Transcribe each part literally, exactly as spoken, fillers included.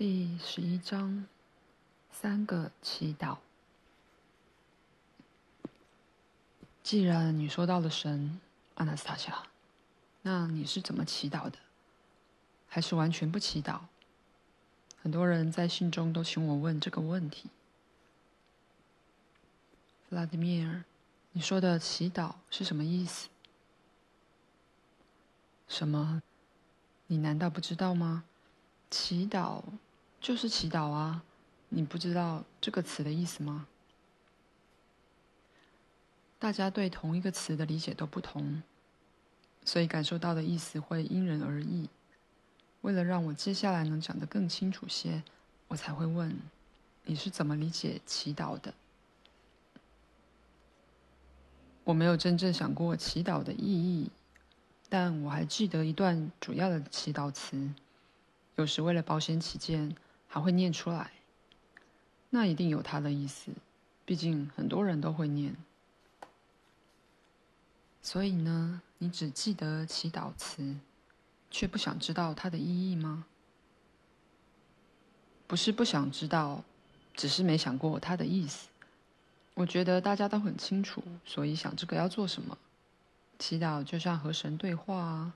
第十一章，三个祈祷。既然你说到了神，阿纳斯塔夏，那你是怎么祈祷的？还是完全不祈祷？很多人在信中都请我问这个问题。弗拉迪米尔，你说的祈祷是什么意思？什么？你难道不知道吗？祈祷就是祈祷啊，你不知道这个词的意思吗？大家对同一个词的理解都不同，所以感受到的意思会因人而异。为了让我接下来能讲得更清楚些，我才会问，你是怎么理解祈祷的？我没有真正想过祈祷的意义，但我还记得一段主要的祈祷词，有时为了保险起见，还会念出来。那一定有它的意思，毕竟很多人都会念。所以呢，你只记得祈祷词，却不想知道它的意义吗？不是不想知道，只是没想过它的意思。我觉得大家都很清楚，所以想这个要做什么。祈祷就像和神对话啊。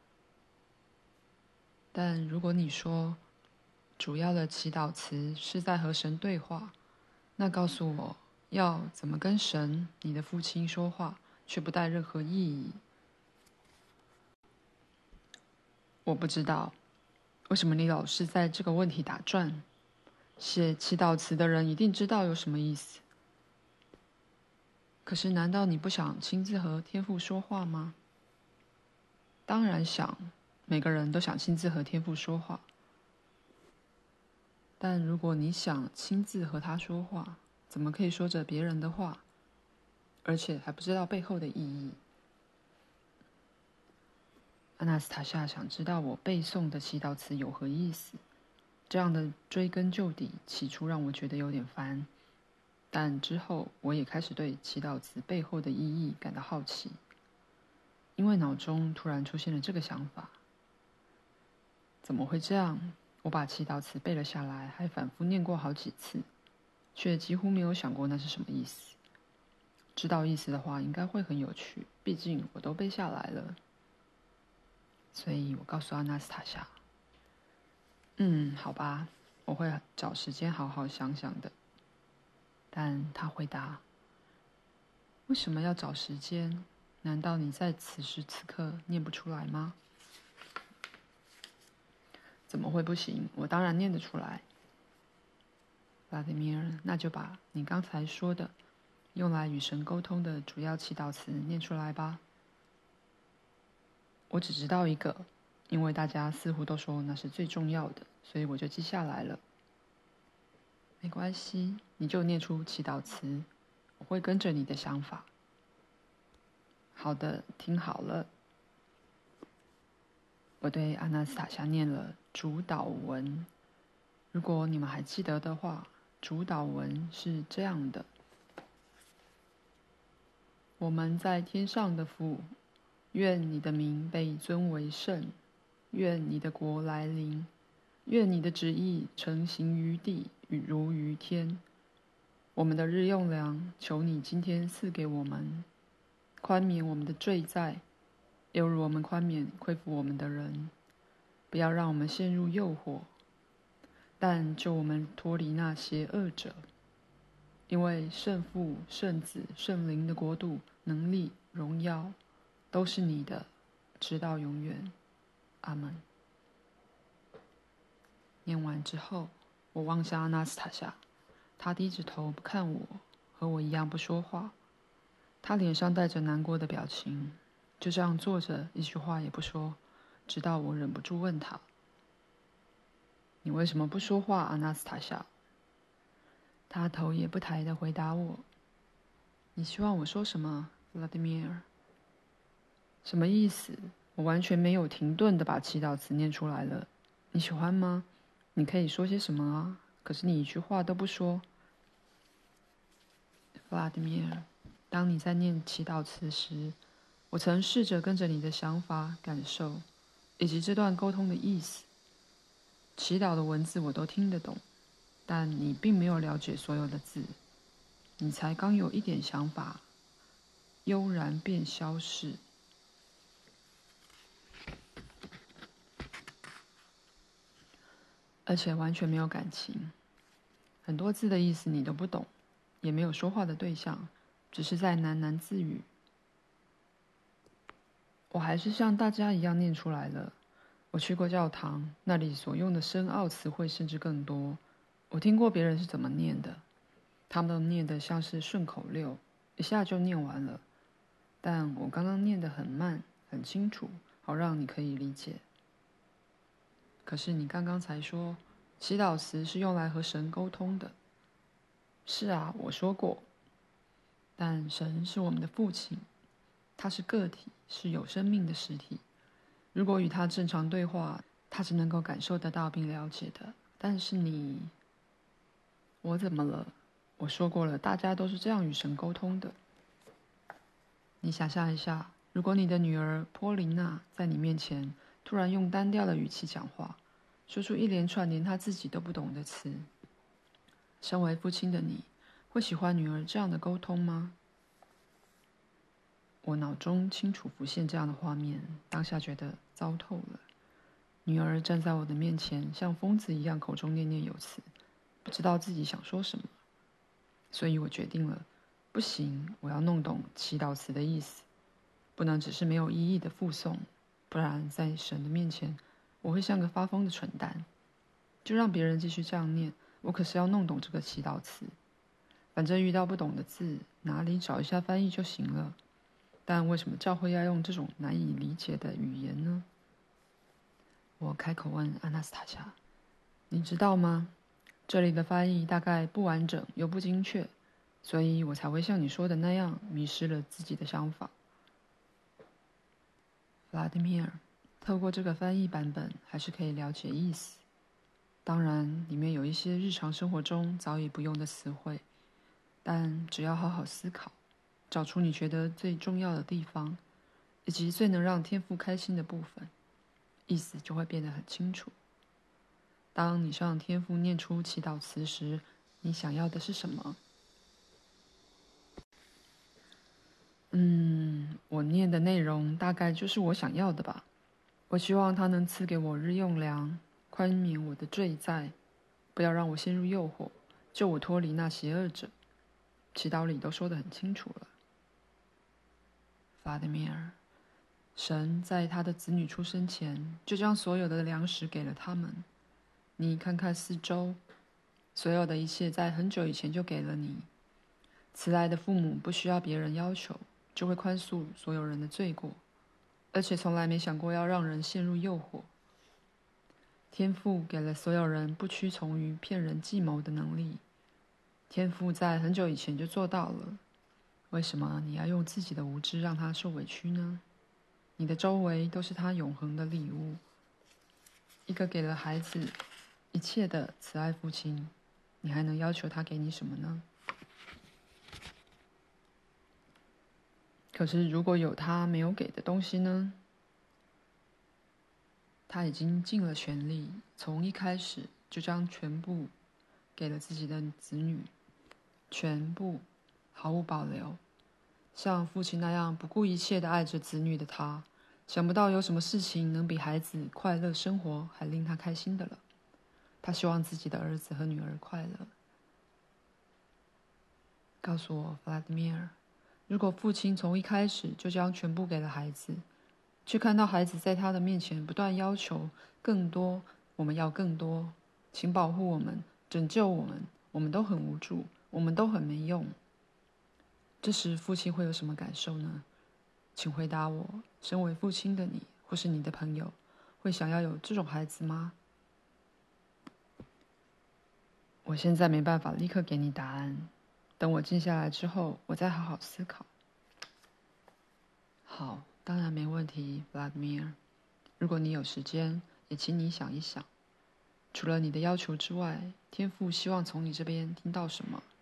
但如果你说主要的祈祷词是在和神对话，那告诉我要怎么跟神，你的父亲说话，却不带任何意义。我不知道为什么你老是在这个问题打转。写祈祷词的人一定知道有什么意思。可是难道你不想亲自和天父说话吗？当然想，每个人都想亲自和天父说话。但如果你想亲自和他说话，怎么可以说着别人的话，而且还不知道背后的意义？阿纳斯塔夏想知道我背诵的祈祷词有何意思。这样的追根究底，起初让我觉得有点烦，但之后我也开始对祈祷词背后的意义感到好奇，因为脑中突然出现了这个想法：怎么会这样？我把祈祷词背了下来，还反复念过好几次，却几乎没有想过那是什么意思。知道意思的话，应该会很有趣，毕竟我都背下来了。所以我告诉阿纳斯塔夏，嗯，好吧，我会找时间好好想想的。但他回答：为什么要找时间？难道你在此时此刻念不出来吗？怎么会不行？我当然念得出来。弗拉迪米尔，那就把你刚才说的用来与神沟通的主要祈祷词念出来吧。我只知道一个，因为大家似乎都说那是最重要的，所以我就记下来了。没关系，你就念出祈祷词，我会跟着你的想法。好的，听好了。我对阿纳斯塔夏念了主祷文。如果你们还记得的话，主祷文是这样的：我们在天上的父，愿你的名被尊为圣，愿你的国来临，愿你的旨意承行于地，如于天。我们的日用粮，求你今天赐给我们，宽免我们的罪债，犹如我们宽免亏负我们的人，不要让我们陷入诱惑，但救我们脱离那邪恶者。因为圣父、圣子、圣灵的国度、能力、荣耀，都是你的，直到永远。阿门。念完之后，我望向阿纳斯塔夏，他低着头不看我，和我一样不说话。他脸上带着难过的表情，就这样坐着，一句话也不说，直到我忍不住问他：你为什么不说话，阿纳斯塔夏？他头也不抬地回答我：你希望我说什么，弗拉迪米尔？什么意思？我完全没有停顿地把祈祷词念出来了。你喜欢吗？你可以说些什么啊？可是你一句话都不说。弗拉迪米尔，当你在念祈祷词时，我曾试着跟着你的想法、感受，以及这段沟通的意思。 祈祷的文字我都听得懂，但你并没有了解所有的字，你才刚有一点想法，悠然便消逝。而且完全没有感情，很多字的意思你都不懂，也没有说话的对象，只是在喃喃自语。我还是像大家一样念出来了。我去过教堂，那里所用的深奥词汇甚至更多。我听过别人是怎么念的，他们都念得像是顺口溜，一下就念完了。但我刚刚念得很慢，很清楚，好让你可以理解。可是你刚刚才说，祈祷词是用来和神沟通的。是啊，我说过。但神是我们的父亲，他是个体，是有生命的实体。如果与他正常对话，他是能够感受得到并了解的。但是你，我怎么了？我说过了，大家都是这样与神沟通的。你想象一下，如果你的女儿波琳娜在你面前突然用单调的语气讲话，说出一连串连她自己都不懂的词，身为父亲的你，会喜欢女儿这样的沟通吗？我脑中清楚浮现这样的画面，当下觉得糟透了。女儿站在我的面前，像疯子一样口中念念有词，不知道自己想说什么。所以我决定了，不行，我要弄懂祈祷词的意思，不能只是没有意义的附送，不然在神的面前，我会像个发疯的蠢蛋。就让别人继续这样念，我可是要弄懂这个祈祷词。反正遇到不懂的字，哪里找一下翻译就行了。但为什么教会要用这种难以理解的语言呢？我开口问阿纳斯塔夏：“你知道吗？这里的翻译大概不完整又不精确，所以我才会像你说的那样迷失了自己的想法。”弗拉迪米尔，透过这个翻译版本，还是可以了解意思。当然，里面有一些日常生活中早已不用的词汇，但只要好好思考，找出你觉得最重要的地方，以及最能让天父开心的部分，意思就会变得很清楚。当你向天父念出祈祷词时，你想要的是什么？嗯，我念的内容大概就是我想要的吧。我希望他能赐给我日用粮，宽免我的罪债，不要让我陷入诱惑，救我脱离那邪恶者。祈祷里都说得很清楚了。弗拉迪米尔，神在他的子女出生前就将所有的粮食给了他们。你看看四周，所有的一切在很久以前就给了你。慈爱的父母不需要别人要求，就会宽恕所有人的罪过，而且从来没想过要让人陷入诱惑。天父给了所有人不屈从于骗人计谋的能力。天父在很久以前就做到了，为什么你要用自己的无知让他受委屈呢？你的周围都是他永恒的礼物，一个给了孩子一切的慈爱父亲，你还能要求他给你什么呢？可是如果有他没有给的东西呢？他已经尽了全力，从一开始就将全部给了自己的子女，全部，毫无保留。像父亲那样不顾一切地爱着子女的他，想不到有什么事情能比孩子快乐生活还令他开心的了。他希望自己的儿子和女儿快乐。告诉我，弗拉迪米尔，如果父亲从一开始就将全部给了孩子，却看到孩子在他的面前不断要求更多，我们要更多，请保护我们，拯救我们，我们都很无助，我们都很没用。这时父亲会有什么感受呢？请回答我，身为父亲的你，或是你的朋友，会想要有这种孩子吗？我现在没办法立刻给你答案，等我静下来之后，我再好好思考。好，当然没问题，弗拉迪米尔。如果你有时间，也请你想一想，除了你的要求之外，天父希望从你这边听到什么？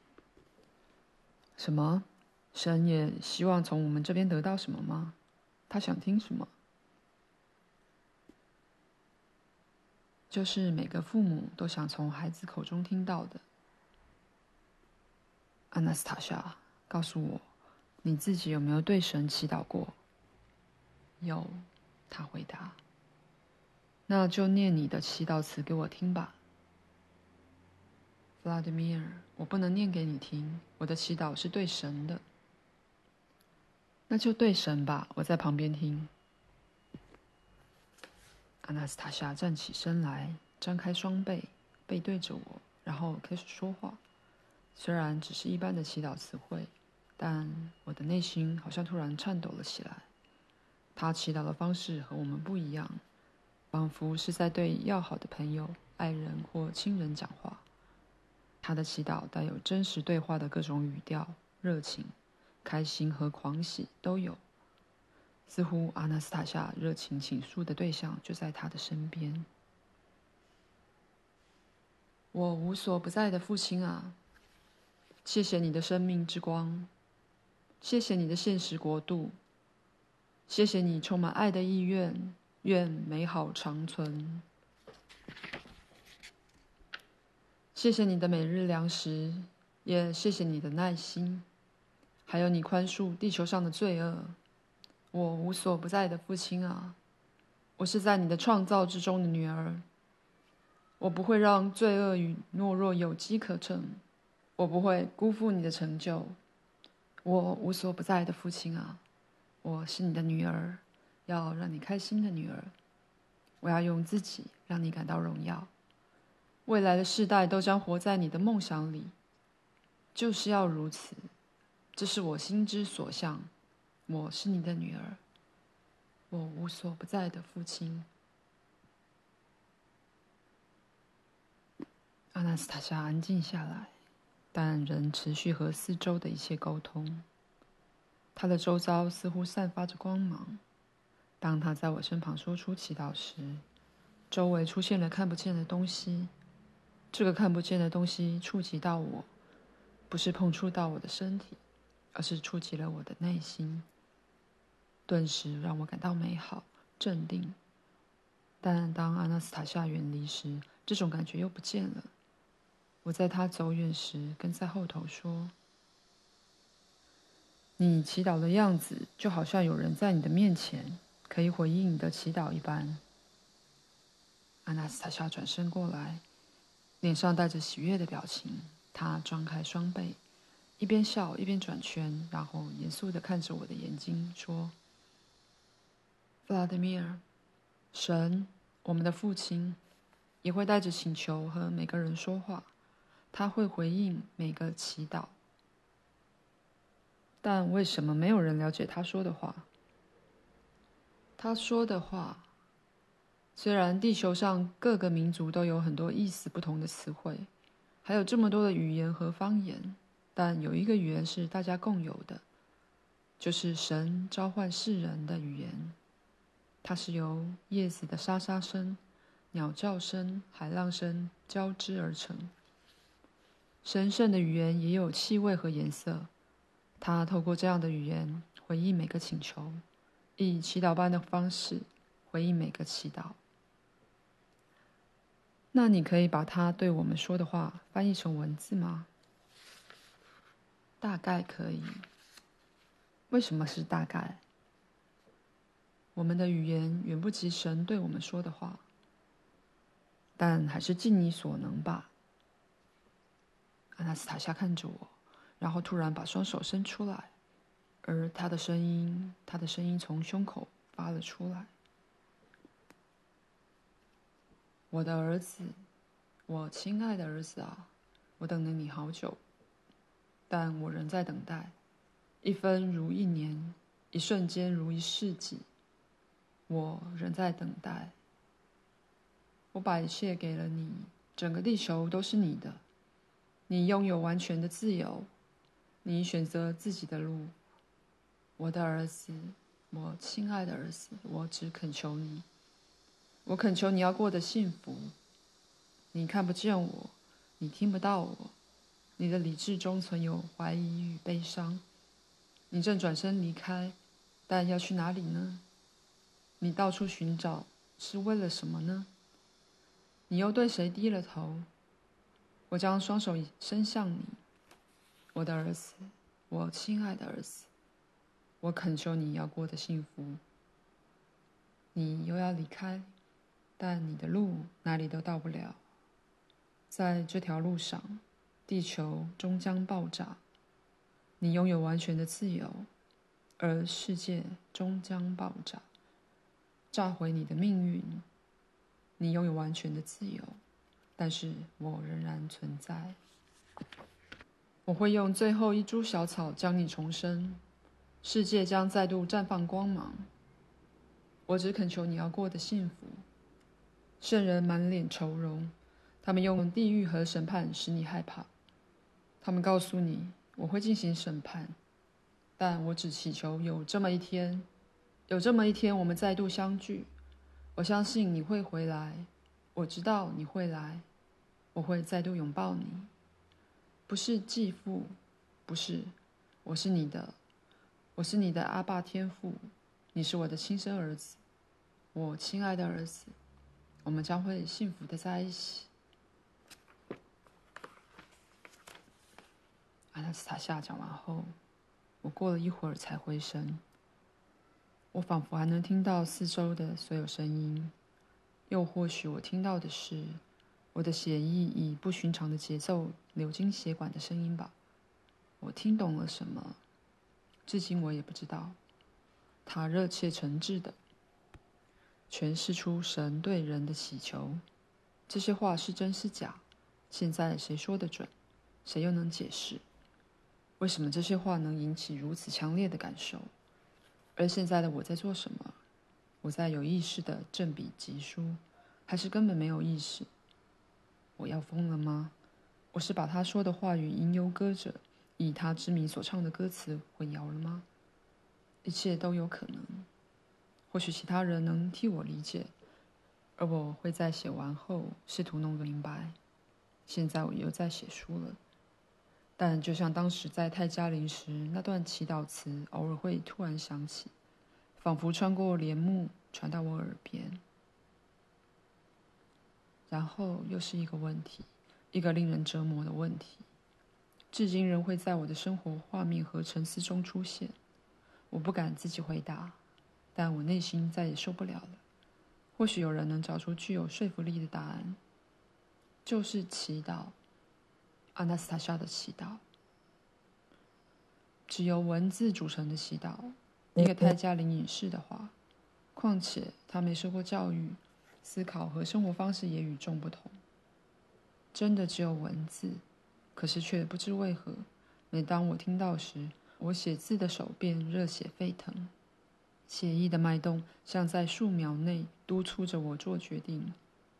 什么？神也希望从我们这边得到什么吗？他想听什么？ 就是每个父母都想从孩子口中听到的。阿纳斯塔夏，告诉我，你自己有没有对神祈祷过？有，他回答。那就念你的祈祷词给我听吧。弗拉德米尔，我不能念给你听，我的祈祷是对神的。那就对神吧，我在旁边听。阿纳斯塔夏站起身来，张开双臂，背对着我，然后开始说话。虽然只是一般的祈祷词汇，但我的内心好像突然颤抖了起来。他祈祷的方式和我们不一样，仿佛是在对要好的朋友、爱人或亲人讲话。他的祈祷带有真实对话的各种语调、热情、开心和狂喜都有。似乎阿纳斯塔夏热情倾诉的对象就在他的身边。我无所不在的父亲啊，谢谢你的生命之光，谢谢你的现实国度，谢谢你充满爱的意愿，愿美好长存。谢谢你的每日粮食，也谢谢你的耐心，还有你宽恕地球上的罪恶。我无所不在的父亲啊，我是在你的创造之中的女儿。我不会让罪恶与懦弱有机可乘，我不会辜负你的成就。我无所不在的父亲啊，我是你的女儿，要让你开心的女儿。我要用自己让你感到荣耀。未来的世代都将活在你的梦想里，就是要如此。这是我心之所向。我是你的女儿，我无所不在的父亲。阿纳斯塔夏安静下来，但仍持续和四周的一切沟通。他的周遭似乎散发着光芒。当他在我身旁说出祈祷时，周围出现了看不见的东西。这个看不见的东西触及到我，不是碰触到我的身体，而是触及了我的内心。顿时让我感到美好、镇定。但当阿纳斯塔夏远离时，这种感觉又不见了。我在他走远时跟在后头说：“你祈祷的样子，就好像有人在你的面前，可以回应你的祈祷一般。”阿纳斯塔夏转身过来，脸上带着喜悦的表情。他张开双臂，一边笑一边转圈，然后严肃地看着我的眼睛说：“弗拉德米尔，神，我们的父亲，也会带着请求和每个人说话，他会回应每个祈祷。但为什么没有人了解他说的话？他说的话，虽然地球上各个民族都有很多意思不同的词汇，还有这么多的语言和方言，但有一个语言是大家共有的，就是神召唤世人的语言。它是由叶子的沙沙声、鸟叫声、海浪声交织而成。神圣的语言也有气味和颜色，它透过这样的语言回应每个请求，以祈祷般的方式回应每个祈祷。那你可以把他对我们说的话翻译成文字吗？大概可以。为什么是大概？我们的语言远不及神对我们说的话，但还是尽你所能吧。阿纳斯塔夏看着我，然后突然把双手伸出来，而他的声音，他的声音从胸口发了出来。我的儿子，我亲爱的儿子啊，我等了你好久，但我仍在等待。一分如一年，一瞬间如一世纪。我仍在等待。我把一切给了你，整个地球都是你的。你拥有完全的自由，你选择自己的路。我的儿子，我亲爱的儿子，我只恳求你，我恳求你要过得幸福。你看不见我，你听不到我，你的理智中存有怀疑与悲伤。你正转身离开，但要去哪里呢？你到处寻找，是为了什么呢？ 你又对谁低了头？我将双手伸向你，我的儿子，我亲爱的儿子，我恳求你要过得幸福。你又要离开，但你的路哪里都到不了。在这条路上，地球终将爆炸。你拥有完全的自由，而世界终将爆炸，炸毁你的命运。你拥有完全的自由，但是我仍然存在。我会用最后一株小草将你重生，世界将再度绽放光芒。我只恳求你要过得幸福。圣人满脸愁容，他们用地狱和审判使你害怕。他们告诉你，我会进行审判，但我只祈求有这么一天，有这么一天我们再度相聚。我相信你会回来，我知道你会来，我会再度拥抱你。不是继父，不是，我是你的，我是你的阿爸天父，你是我的亲生儿子，我亲爱的儿子，我们将会幸福的在一起。阿纳斯塔夏讲完后，我过了一会儿才回神。我仿佛还能听到四周的所有声音，又或许我听到的是我的血液以不寻常的节奏流经血管的声音吧。我听懂了什么，至今我也不知道。他热切诚挚的诠释出神对人的祈求。这些话是真是假？现在谁说得准？谁又能解释？为什么这些话能引起如此强烈的感受？而现在的我在做什么？我在有意识的振笔疾书，还是根本没有意识？我要疯了吗？我是把他说的话语吟游歌者，以他之名所唱的歌词混淆了吗？一切都有可能。或许其他人能替我理解，而我会在写完后试图弄个明白。现在我又在写书了，但就像当时在泰加林时，那段祈祷词偶尔会突然响起，仿佛穿过帘幕传到我耳边。然后又是一个问题，一个令人折磨的问题，至今仍会在我的生活画面和沉思中出现。我不敢自己回答，但我内心再也受不了了。或许有人能找出具有说服力的答案，就是祈祷，阿纳斯塔夏的祈祷，只由文字组成的祈祷，一个泰加林隐士的话。况且他没受过教育，思考和生活方式也与众不同。真的只有文字，可是却不知为何，每当我听到时，我写字的手便热血沸腾，血液的脉动像在数秒内督促着我做决定。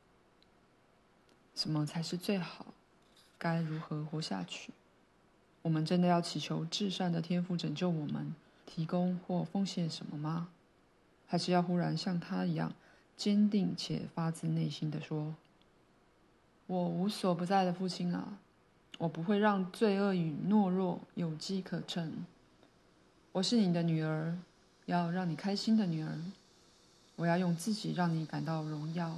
什么才是最好？该如何活下去？我们真的要祈求至善的天父拯救我们，提供或奉献什么吗？还是要忽然像他一样坚定且发自内心地说，我无所不在的父亲啊，我不会让罪恶与懦弱有机可乘。我是你的女儿，要让你开心的女儿，我要用自己让你感到荣耀。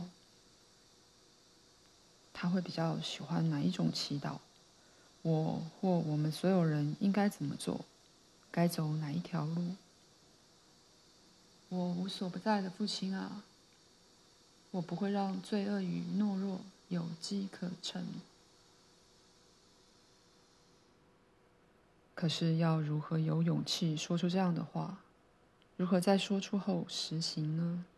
他会比较喜欢哪一种祈祷？我或我们所有人应该怎么做？该走哪一条路？我无所不在的父亲啊，我不会让罪恶与懦弱有机可乘。可是要如何有勇气说出这样的话？如何在说出后实行呢？